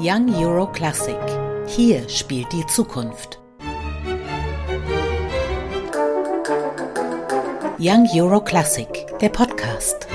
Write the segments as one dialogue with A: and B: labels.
A: Young Euro Classic. Hier spielt die Zukunft. Young Euro Classic, der Podcast.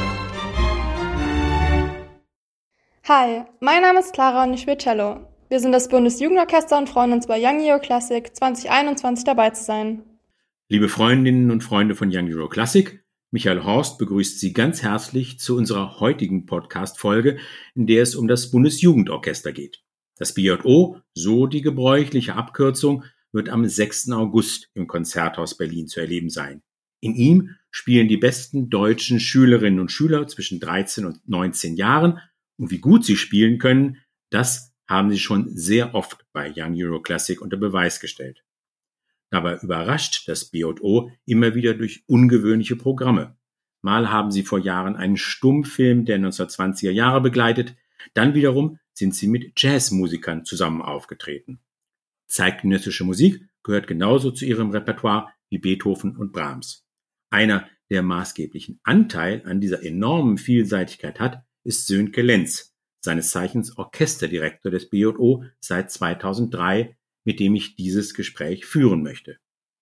B: Hi, mein Name ist Clara und ich spiele Cello. Wir sind das Bundesjugendorchester und freuen uns bei Young Euro Classic 2021 dabei zu sein.
C: Liebe Freundinnen und Freunde von Young Euro Classic, Michael Horst begrüßt Sie ganz herzlich zu unserer heutigen Podcast-Folge, in der es um das Bundesjugendorchester geht. Das BJO, so die gebräuchliche Abkürzung, wird am 6. August im Konzerthaus Berlin zu erleben sein. In ihm spielen die besten deutschen Schülerinnen und Schüler zwischen 13 und 19 Jahren. Und wie gut sie spielen können, das haben sie schon sehr oft bei Young Euro Classic unter Beweis gestellt. Dabei überrascht das BJO immer wieder durch ungewöhnliche Programme. Mal haben sie vor Jahren einen Stummfilm der 1920er Jahre begleitet, dann wiederum sind sie mit Jazzmusikern zusammen aufgetreten. Zeitgenössische Musik gehört genauso zu ihrem Repertoire wie Beethoven und Brahms. Einer, der maßgeblichen Anteil an dieser enormen Vielseitigkeit hat, ist Sönke Lenz, seines Zeichens Orchesterdirektor des BJO seit 2003, mit dem ich dieses Gespräch führen möchte.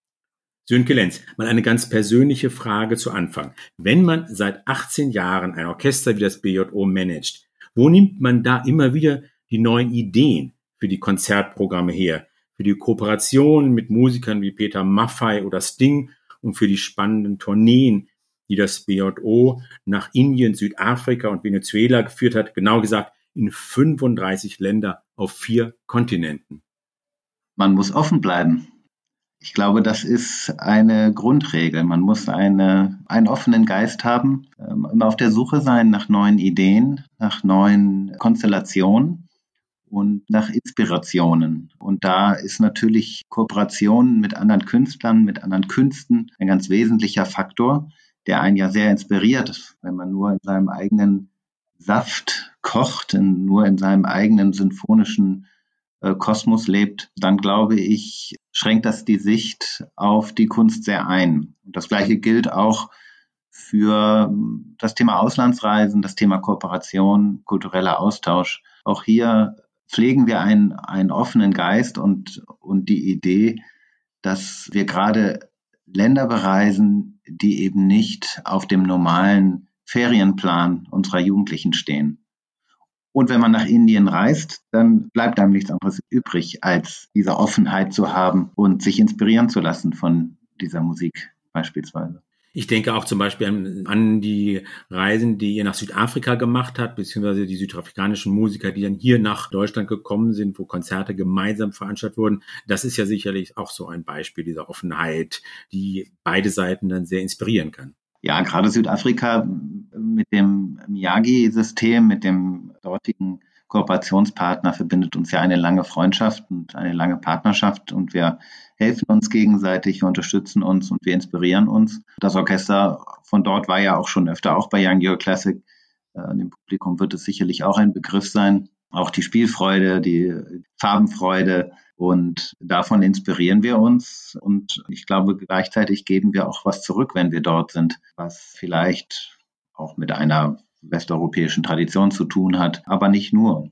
C: Sönke Lenz, mal eine ganz persönliche Frage zu Anfang. Wenn man seit 18 Jahren ein Orchester wie das BJO managt, wo nimmt man da immer wieder die neuen Ideen für die Konzertprogramme her, für die Kooperation mit Musikern wie Peter Maffay oder Sting und für die spannenden Tourneen, die das BJO nach Indien, Südafrika und Venezuela geführt hat, genau gesagt in 35 Länder auf 4 Kontinenten?
D: Man muss offen bleiben. Ich glaube, das ist eine Grundregel. Man muss einen offenen Geist haben, immer auf der Suche sein nach neuen Ideen, nach neuen Konstellationen und nach Inspirationen. Und da ist natürlich Kooperation mit anderen Künstlern, mit anderen Künsten ein ganz wesentlicher Faktor, der einen ja sehr inspiriert, wenn man nur in seinem eigenen Saft kocht, nur in seinem eigenen sinfonischen Kosmos lebt, dann glaube ich, schränkt das die Sicht auf die Kunst sehr ein. Und das Gleiche gilt auch für das Thema Auslandsreisen, das Thema Kooperation, kultureller Austausch. Auch hier pflegen wir einen offenen Geist und die Idee, dass wir gerade Länder bereisen, die eben nicht auf dem normalen Ferienplan unserer Jugendlichen stehen. Und wenn man nach Indien reist, dann bleibt einem nichts anderes übrig, als diese Offenheit zu haben und sich inspirieren zu lassen von dieser Musik beispielsweise.
C: Ich denke auch zum Beispiel an die Reisen, die ihr nach Südafrika gemacht habt, beziehungsweise die südafrikanischen Musiker, die dann hier nach Deutschland gekommen sind, wo Konzerte gemeinsam veranstaltet wurden. Das ist ja sicherlich auch so ein Beispiel dieser Offenheit, die beide Seiten dann sehr inspirieren kann.
D: Ja, gerade Südafrika mit dem Miyagi-System, mit dem dortigen Kooperationspartner verbindet uns ja eine lange Freundschaft und eine lange Partnerschaft und wir helfen uns gegenseitig, wir unterstützen uns und wir inspirieren uns. Das Orchester von dort war ja auch schon öfter auch bei Young Euro Classic. Dem Publikum wird es sicherlich auch ein Begriff sein. Auch die Spielfreude, die Farbenfreude. Und davon inspirieren wir uns. Und ich glaube, gleichzeitig geben wir auch was zurück, wenn wir dort sind, was vielleicht auch mit einer westeuropäischen Tradition zu tun hat, aber nicht nur.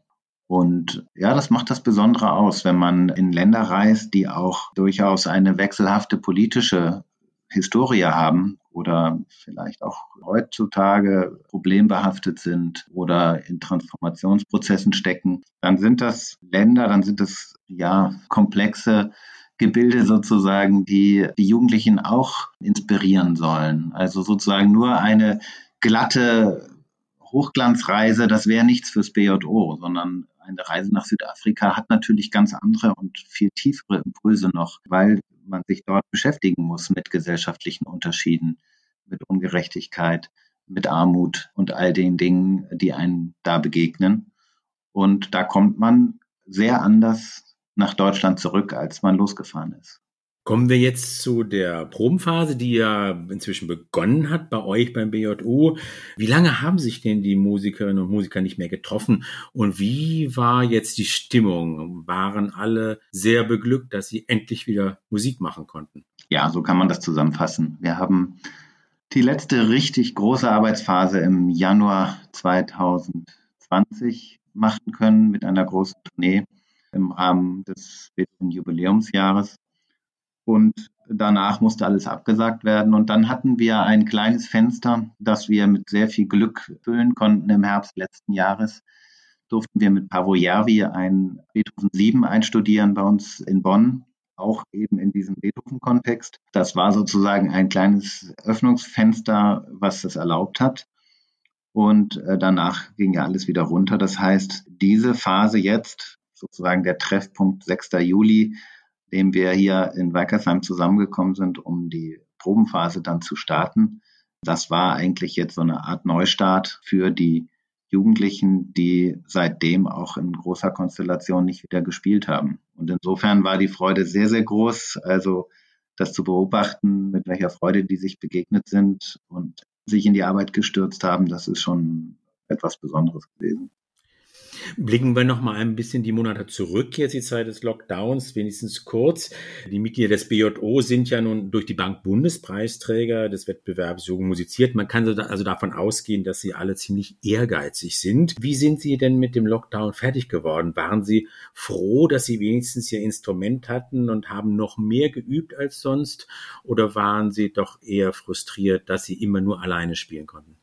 D: Und ja, das macht das Besondere aus, wenn man in Länder reist, die auch durchaus eine wechselhafte politische Historie haben oder vielleicht auch heutzutage problembehaftet sind oder in Transformationsprozessen stecken, dann sind das Länder, dann sind es komplexe Gebilde sozusagen, die die Jugendlichen auch inspirieren sollen. Also sozusagen nur eine glatte Hochglanzreise, das wäre nichts fürs BJO, sondern eine Reise nach Südafrika hat natürlich ganz andere und viel tiefere Impulse noch, weil man sich dort beschäftigen muss mit gesellschaftlichen Unterschieden, mit Ungerechtigkeit, mit Armut und all den Dingen, die einem da begegnen. Und da kommt man sehr anders nach Deutschland zurück, als man losgefahren ist.
C: Kommen wir jetzt zu der Probenphase, die ja inzwischen begonnen hat bei euch beim BJO. Wie lange haben sich denn die Musikerinnen und Musiker nicht mehr getroffen? Und wie war jetzt die Stimmung? Waren alle sehr beglückt, dass sie endlich wieder Musik machen konnten?
D: Ja, so kann man das zusammenfassen. Wir haben die letzte richtig große Arbeitsphase im Januar 2020 machen können mit einer großen Tournee im Rahmen des Jubiläumsjahres. Und danach musste alles abgesagt werden. Und dann hatten wir ein kleines Fenster, das wir mit sehr viel Glück füllen konnten. Im Herbst letzten Jahres durften wir mit Paavo Järvi ein Beethoven 7 einstudieren bei uns in Bonn, auch eben in diesem Beethoven-Kontext. Das war sozusagen ein kleines Öffnungsfenster, was es erlaubt hat. Und danach ging ja alles wieder runter. Das heißt, diese Phase jetzt, sozusagen der Treffpunkt 6. Juli, dem wir hier in Weikersheim zusammengekommen sind, um die Probenphase dann zu starten, das war eigentlich jetzt so eine Art Neustart für die Jugendlichen, die seitdem auch in großer Konstellation nicht wieder gespielt haben. Und insofern war die Freude sehr, sehr groß. Also das zu beobachten, mit welcher Freude die sich begegnet sind und sich in die Arbeit gestürzt haben, das ist schon etwas Besonderes gewesen.
C: Blicken wir noch mal ein bisschen die Monate zurück, jetzt die Zeit des Lockdowns, wenigstens kurz. Die Mitglieder des BJO sind ja nun durch die Bank Bundespreisträger des Wettbewerbs Jugend musiziert. Man kann also davon ausgehen, dass sie alle ziemlich ehrgeizig sind. Wie sind Sie denn mit dem Lockdown fertig geworden? Waren Sie froh, dass Sie wenigstens Ihr Instrument hatten und haben noch mehr geübt als sonst? Oder waren Sie doch eher frustriert, dass Sie immer nur alleine spielen konnten?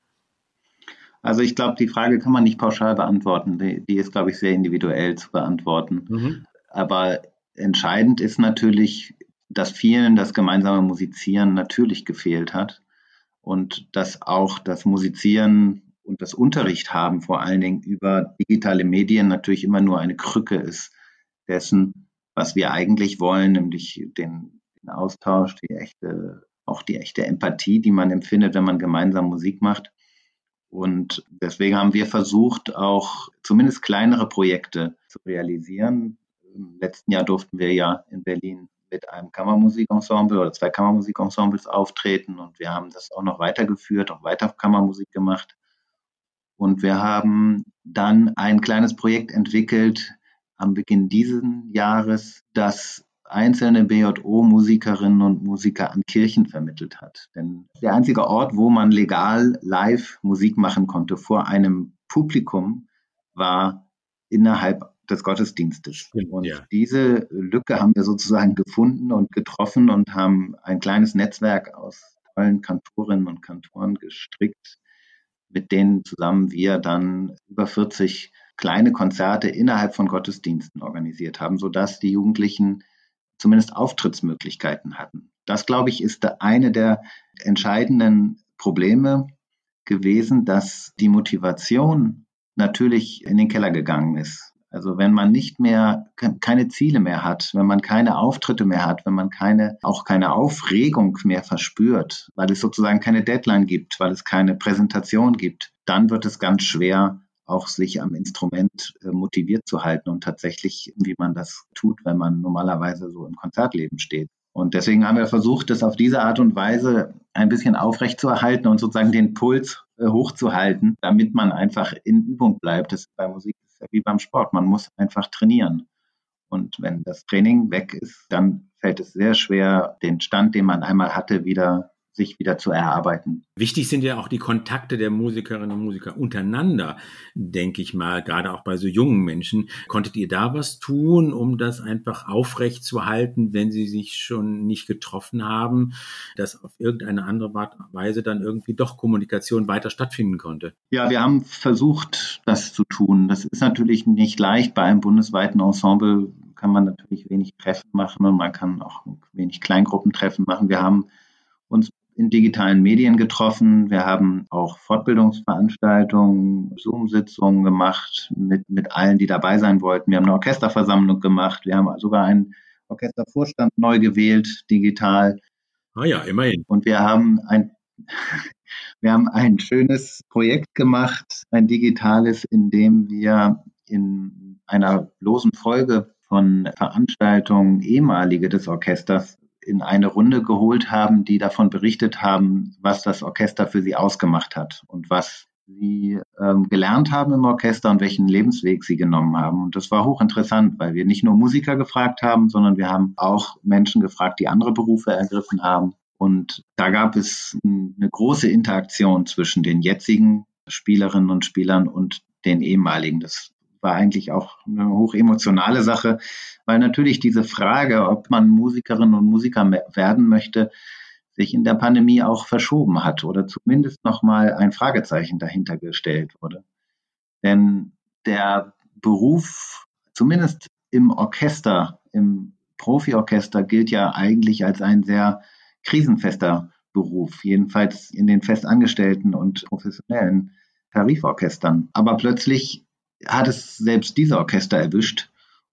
D: Also ich glaube, die Frage kann man nicht pauschal beantworten. Die ist, glaube ich, sehr individuell zu beantworten. Mhm. Aber entscheidend ist natürlich, dass vielen das gemeinsame Musizieren natürlich gefehlt hat und dass auch das Musizieren und das Unterricht haben vor allen Dingen über digitale Medien natürlich immer nur eine Krücke ist dessen, was wir eigentlich wollen, nämlich den Austausch, die echte Empathie, die man empfindet, wenn man gemeinsam Musik macht. Und deswegen haben wir versucht, auch zumindest kleinere Projekte zu realisieren. Im letzten Jahr durften wir ja in Berlin mit einem Kammermusikensemble oder 2 Kammermusikensembles auftreten und wir haben das auch noch weitergeführt, auch weiter Kammermusik gemacht. Und wir haben dann ein kleines Projekt entwickelt am Beginn dieses Jahres, das einzelne BJO-Musikerinnen und Musiker an Kirchen vermittelt hat. Denn der einzige Ort, wo man legal live Musik machen konnte vor einem Publikum, war innerhalb des Gottesdienstes. Und diese Lücke haben wir sozusagen gefunden und getroffen und haben ein kleines Netzwerk aus tollen Kantorinnen und Kantoren gestrickt, mit denen zusammen wir dann über 40 kleine Konzerte innerhalb von Gottesdiensten organisiert haben, sodass die Jugendlichen zumindest Auftrittsmöglichkeiten hatten. Das, glaube ich, ist eine der entscheidenden Probleme gewesen, dass die Motivation natürlich in den Keller gegangen ist. Also wenn man nicht mehr, keine Ziele mehr hat, wenn man keine Auftritte mehr hat, wenn man auch keine Aufregung mehr verspürt, weil es sozusagen keine Deadline gibt, weil es keine Präsentation gibt, dann wird es ganz schwer, auch sich am Instrument motiviert zu halten und tatsächlich, wie man das tut, wenn man normalerweise so im Konzertleben steht. Und deswegen haben wir versucht, das auf diese Art und Weise ein bisschen aufrechtzuerhalten und sozusagen den Puls hochzuhalten, damit man einfach in Übung bleibt. Das bei Musik ist ja wie beim Sport. Man muss einfach trainieren. Und wenn das Training weg ist, dann fällt es sehr schwer, den Stand, den man einmal hatte, sich wieder zu erarbeiten.
C: Wichtig sind ja auch die Kontakte der Musikerinnen und Musiker untereinander, denke ich mal, gerade auch bei so jungen Menschen. Konntet ihr da was tun, um das einfach aufrecht zu halten, wenn sie sich schon nicht getroffen haben, dass auf irgendeine andere Weise dann irgendwie doch Kommunikation weiter stattfinden konnte?
D: Ja, wir haben versucht, das zu tun. Das ist natürlich nicht leicht. Bei einem bundesweiten Ensemble kann man natürlich wenig Treffen machen und man kann auch wenig Kleingruppentreffen machen. Wir haben uns in digitalen Medien getroffen. Wir haben auch Fortbildungsveranstaltungen, Zoom-Sitzungen gemacht mit allen, die dabei sein wollten. Wir haben eine Orchesterversammlung gemacht. Wir haben sogar einen Orchestervorstand neu gewählt, digital.
C: Ah ja, immerhin.
D: Und wir haben ein schönes Projekt gemacht, ein digitales, in dem wir in einer losen Folge von Veranstaltungen ehemalige des Orchesters in eine Runde geholt haben, die davon berichtet haben, was das Orchester für sie ausgemacht hat und was sie gelernt haben im Orchester und welchen Lebensweg sie genommen haben. Und das war hochinteressant, weil wir nicht nur Musiker gefragt haben, sondern wir haben auch Menschen gefragt, die andere Berufe ergriffen haben. Und da gab es eine große Interaktion zwischen den jetzigen Spielerinnen und Spielern und den ehemaligen. Das war eigentlich auch eine hochemotionale Sache, weil natürlich diese Frage, ob man Musikerin und Musiker werden möchte, sich in der Pandemie auch verschoben hat oder zumindest nochmal ein Fragezeichen dahinter gestellt wurde. Denn der Beruf, zumindest im Orchester, im Profiorchester, gilt ja eigentlich als ein sehr krisenfester Beruf, jedenfalls in den festangestellten und professionellen Tariforchestern. Aber plötzlich hat es selbst diese Orchester erwischt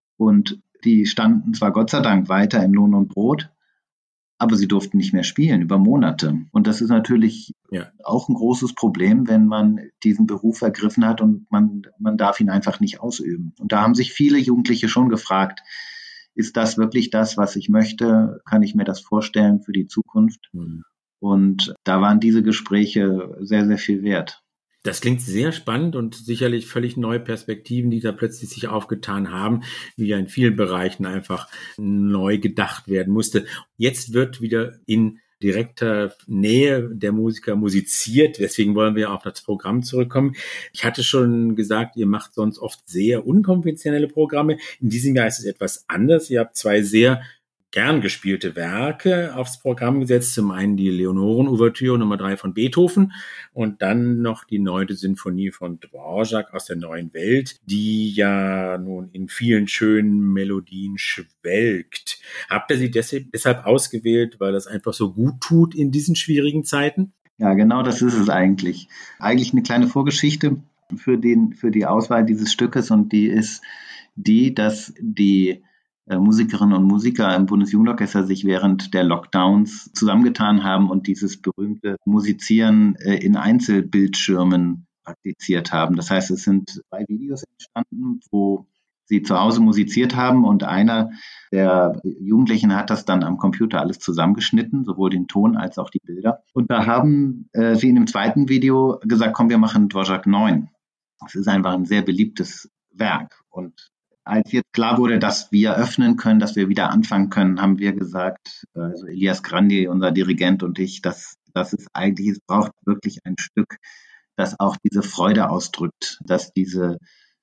D: und die standen zwar Gott sei Dank weiter in Lohn und Brot, aber sie durften nicht mehr spielen über Monate. Und das ist natürlich auch ein großes Problem, wenn man diesen Beruf ergriffen hat und man darf ihn einfach nicht ausüben. Und da haben sich viele Jugendliche schon gefragt, ist das wirklich das, was ich möchte? Kann ich mir das vorstellen für die Zukunft? Mhm. Und da waren diese Gespräche sehr, sehr viel wert.
C: Das klingt sehr spannend und sicherlich völlig neue Perspektiven, die da plötzlich sich aufgetan haben, wie ja in vielen Bereichen einfach neu gedacht werden musste. Jetzt wird wieder in direkter Nähe der Musiker musiziert. Deswegen wollen wir auf das Programm zurückkommen. Ich hatte schon gesagt, ihr macht sonst oft sehr unkonventionelle Programme. In diesem Jahr ist es etwas anders. Ihr habt zwei sehr gern gespielte Werke aufs Programm gesetzt. Zum einen die Leonoren-Ouvertüre Nummer 3 von Beethoven und dann noch die 9. Sinfonie von Dvorak aus der Neuen Welt, die ja nun in vielen schönen Melodien schwelgt. Habt ihr sie deshalb ausgewählt, weil das einfach so gut tut in diesen schwierigen Zeiten?
D: Ja, genau das ist es eigentlich. Eigentlich eine kleine Vorgeschichte für die Auswahl dieses Stückes, und die ist die, dass die Musikerinnen und Musiker im Bundesjugendorchester sich während der Lockdowns zusammengetan haben und dieses berühmte Musizieren in Einzelbildschirmen praktiziert haben. Das heißt, es sind 2 Videos entstanden, wo sie zu Hause musiziert haben, und einer der Jugendlichen hat das dann am Computer alles zusammengeschnitten, sowohl den Ton als auch die Bilder. Und da haben sie in dem zweiten Video gesagt, komm, wir machen Dvorak 9. Das ist einfach ein sehr beliebtes Werk, und als jetzt klar wurde, dass wir öffnen können, dass wir wieder anfangen können, haben wir gesagt, also Elias Grandi, unser Dirigent, und ich, dass es eigentlich, es braucht wirklich ein Stück, das auch diese Freude ausdrückt, dass diese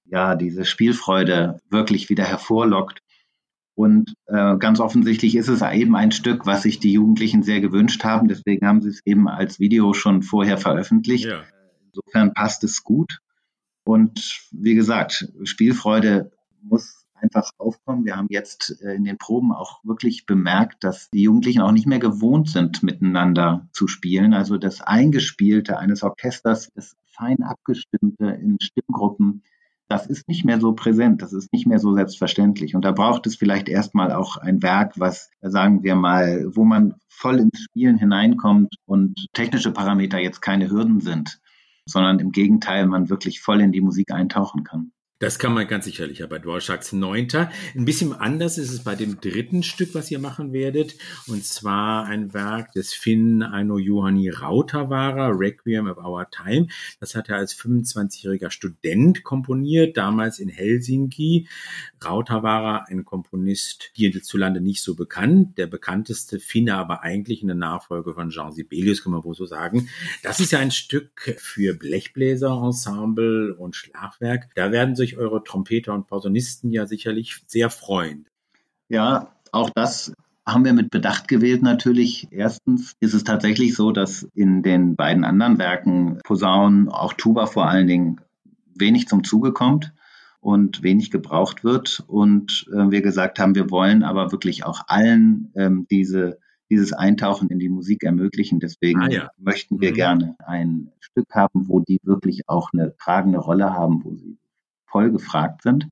D: Spielfreude wirklich wieder hervorlockt. Und ganz offensichtlich ist es eben ein Stück, was sich die Jugendlichen sehr gewünscht haben. Deswegen haben sie es eben als Video schon vorher veröffentlicht. Ja. Insofern passt es gut. Und wie gesagt, Spielfreude muss einfach aufkommen. Wir haben jetzt in den Proben auch wirklich bemerkt, dass die Jugendlichen auch nicht mehr gewohnt sind, miteinander zu spielen. Also das Eingespielte eines Orchesters, das fein abgestimmte in Stimmgruppen, das ist nicht mehr so präsent, das ist nicht mehr so selbstverständlich. Und da braucht es vielleicht erstmal auch ein Werk, was, sagen wir mal, wo man voll ins Spielen hineinkommt und technische Parameter jetzt keine Hürden sind, sondern im Gegenteil, man wirklich voll in die Musik eintauchen kann.
C: Das kann man ganz sicherlich, ja, bei Dvoraks 9. Ein bisschen anders ist es bei dem 3. Stück, was ihr machen werdet, und zwar ein Werk des Finnen Aino Juhani Rautavaara, Requiem of Our Time. Das hat er als 25-jähriger Student komponiert, damals in Helsinki. Rautavaara, ein Komponist hierzulande nicht so bekannt, der bekannteste Finne, aber eigentlich in der Nachfolge von Jean Sibelius, kann man wohl so sagen. Das ist ja ein Stück für Blechbläser-Ensemble und Schlagwerk. Da werden sich eure Trompeter und Posaunisten ja sicherlich sehr freuen.
D: Ja, auch das haben wir mit Bedacht gewählt natürlich. Erstens ist es tatsächlich so, dass in den beiden anderen Werken Posaunen, auch Tuba vor allen Dingen, wenig zum Zuge kommt und wenig gebraucht wird. Und wir gesagt haben, wir wollen aber wirklich auch allen dieses Eintauchen in die Musik ermöglichen. Deswegen möchten wir gerne ein Stück haben, wo die wirklich auch eine tragende Rolle haben, wo sie voll gefragt sind.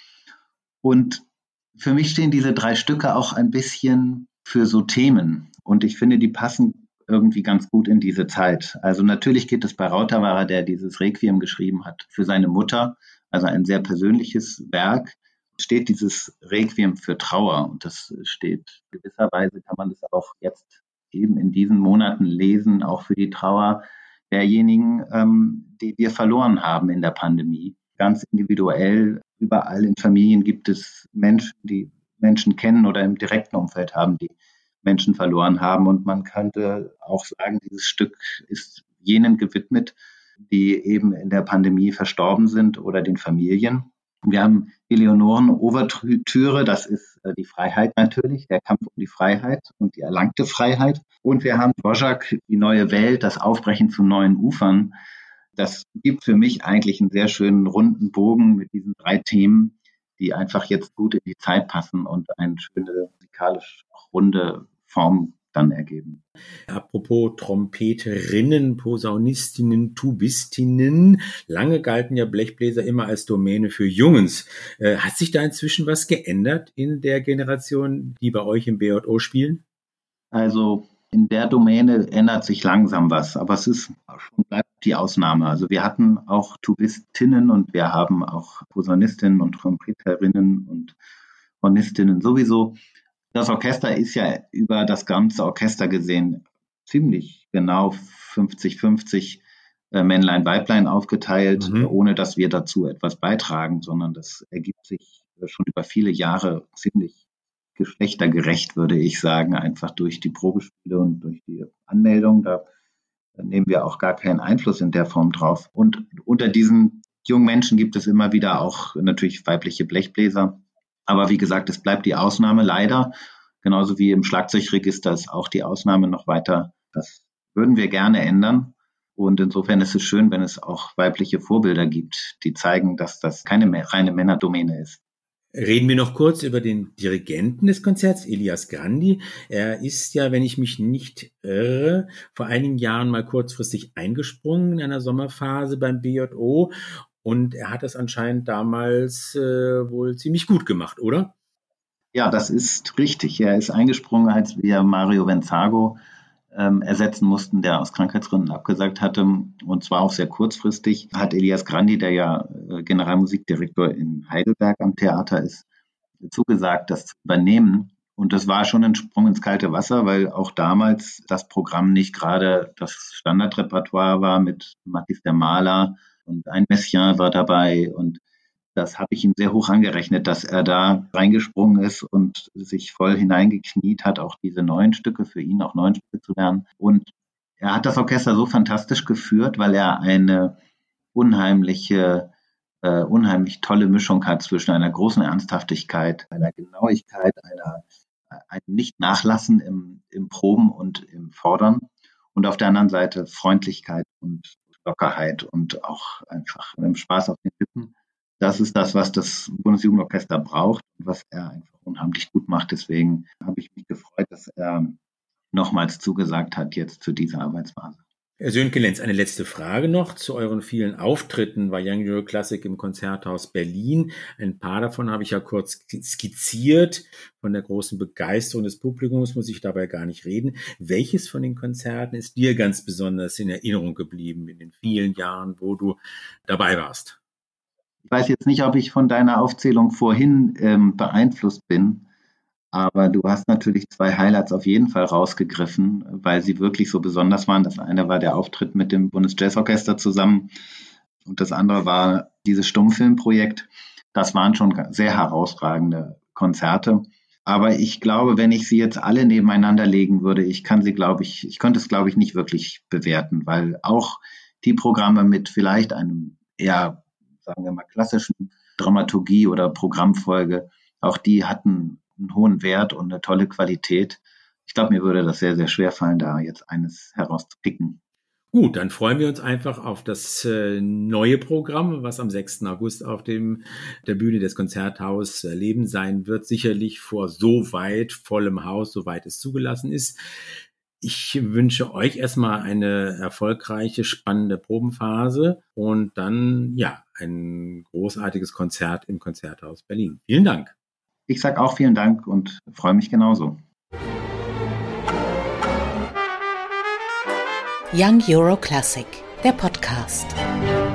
D: Und für mich stehen diese 3 Stücke auch ein bisschen für so Themen. Und ich finde, die passen irgendwie ganz gut in diese Zeit. Also natürlich geht es bei Rautavaara, der dieses Requiem geschrieben hat, für seine Mutter, also ein sehr persönliches Werk, steht dieses Requiem für Trauer. Und das steht gewisserweise, kann man das auch jetzt eben in diesen Monaten lesen, auch für die Trauer derjenigen, die wir verloren haben in der Pandemie. Ganz individuell, überall in Familien gibt es Menschen, die Menschen kennen oder im direkten Umfeld haben, die Menschen verloren haben. Und man könnte auch sagen, dieses Stück ist jenen gewidmet, die eben in der Pandemie verstorben sind, oder den Familien. Wir haben Eleonoren-Ouvertüre, das ist die Freiheit natürlich, der Kampf um die Freiheit und die erlangte Freiheit. Und wir haben Dvořák, die neue Welt, das Aufbrechen zu neuen Ufern. Das gibt für mich eigentlich einen sehr schönen runden Bogen mit diesen 3 Themen, die einfach jetzt gut in die Zeit passen und eine schöne musikalisch runde Form dann ergeben.
C: Apropos Trompeterinnen, Posaunistinnen, Tubistinnen. Lange galten ja Blechbläser immer als Domäne für Jungens. Hat sich da inzwischen was geändert in der Generation, die bei euch im BJO spielen?
D: Also in der Domäne ändert sich langsam was, aber es ist schon bleibt die Ausnahme. Also wir hatten auch Tubistinnen und wir haben auch Posaunistinnen und Trompeterinnen und Hornistinnen sowieso. Das Orchester ist ja über das ganze Orchester gesehen ziemlich genau 50-50 Männlein, Weiblein aufgeteilt, ohne dass wir dazu etwas beitragen, sondern das ergibt sich schon über viele Jahre ziemlich geschlechtergerecht, würde ich sagen, einfach durch die Probespiele und durch die Anmeldung. Da nehmen wir auch gar keinen Einfluss in der Form drauf. Und unter diesen jungen Menschen gibt es immer wieder auch natürlich weibliche Blechbläser. Aber wie gesagt, es bleibt die Ausnahme leider. Genauso wie im Schlagzeugregister ist auch die Ausnahme noch weiter. Das würden wir gerne ändern. Und insofern ist es schön, wenn es auch weibliche Vorbilder gibt, die zeigen, dass das keine reine Männerdomäne ist.
C: Reden wir noch kurz über den Dirigenten des Konzerts, Elias Grandi. Er ist ja, wenn ich mich nicht irre, vor einigen Jahren mal kurzfristig eingesprungen in einer Sommerphase beim BJO. Und er hat es anscheinend damals wohl ziemlich gut gemacht, oder?
D: Ja, das ist richtig. Er ist eingesprungen, als wir Mario Venzago ersetzen mussten, der aus Krankheitsgründen abgesagt hatte. Und zwar auch sehr kurzfristig hat Elias Grandi, der ja Generalmusikdirektor in Heidelberg am Theater ist, zugesagt, das zu übernehmen. Und das war schon ein Sprung ins kalte Wasser, weil auch damals das Programm nicht gerade das Standardrepertoire war mit Matthis der Maler und ein Messiaen war dabei. Und das habe ich ihm sehr hoch angerechnet, dass er da reingesprungen ist und sich voll hineingekniet hat, auch diese neuen Stücke, für ihn auch neuen Stücke zu lernen. Und er hat das Orchester so fantastisch geführt, weil er eine unheimlich tolle Mischung hat zwischen einer großen Ernsthaftigkeit, einer Genauigkeit, einem Nicht-Nachlassen im Proben und im Fordern und auf der anderen Seite Freundlichkeit und Lockerheit und auch einfach Spaß auf den Lippen. Das ist das, was das Bundesjugendorchester braucht und was er einfach unheimlich gut macht. Deswegen habe ich mich gefreut, dass er nochmals zugesagt hat jetzt zu dieser Arbeitsphase.
C: Herr Sönke-Lenz, eine letzte Frage noch zu euren vielen Auftritten bei Young Euro Classic im Konzerthaus Berlin. Ein paar davon habe ich ja kurz skizziert. Von der großen Begeisterung des Publikums muss ich dabei gar nicht reden. Welches von den Konzerten ist dir ganz besonders in Erinnerung geblieben in den vielen Jahren, wo du dabei warst?
D: Ich weiß jetzt nicht, ob ich von deiner Aufzählung vorhin beeinflusst bin, aber du hast natürlich 2 Highlights auf jeden Fall rausgegriffen, weil sie wirklich so besonders waren. Das eine war der Auftritt mit dem Bundesjazzorchester zusammen und das andere war dieses Stummfilmprojekt. Das waren schon sehr herausragende Konzerte. Aber ich glaube, wenn ich sie jetzt alle nebeneinander legen würde, ich könnte es, glaube ich, nicht wirklich bewerten, weil auch die Programme mit vielleicht einem eher, sagen wir mal, klassischen Dramaturgie oder Programmfolge, auch die hatten einen hohen Wert und eine tolle Qualität. Ich glaube, mir würde das sehr, sehr schwer fallen, da jetzt eines herauszupicken.
C: Gut, dann freuen wir uns einfach auf das neue Programm, was am 6. August auf der Bühne des Konzerthaus Leben sein wird. Sicherlich vor so weit vollem Haus, soweit es zugelassen ist. Ich wünsche euch erstmal eine erfolgreiche, spannende Probenphase und dann, ja, ein großartiges Konzert im Konzerthaus Berlin. Vielen Dank.
D: Ich sage auch vielen Dank und freue mich genauso.
A: Young Euro Classic, der Podcast.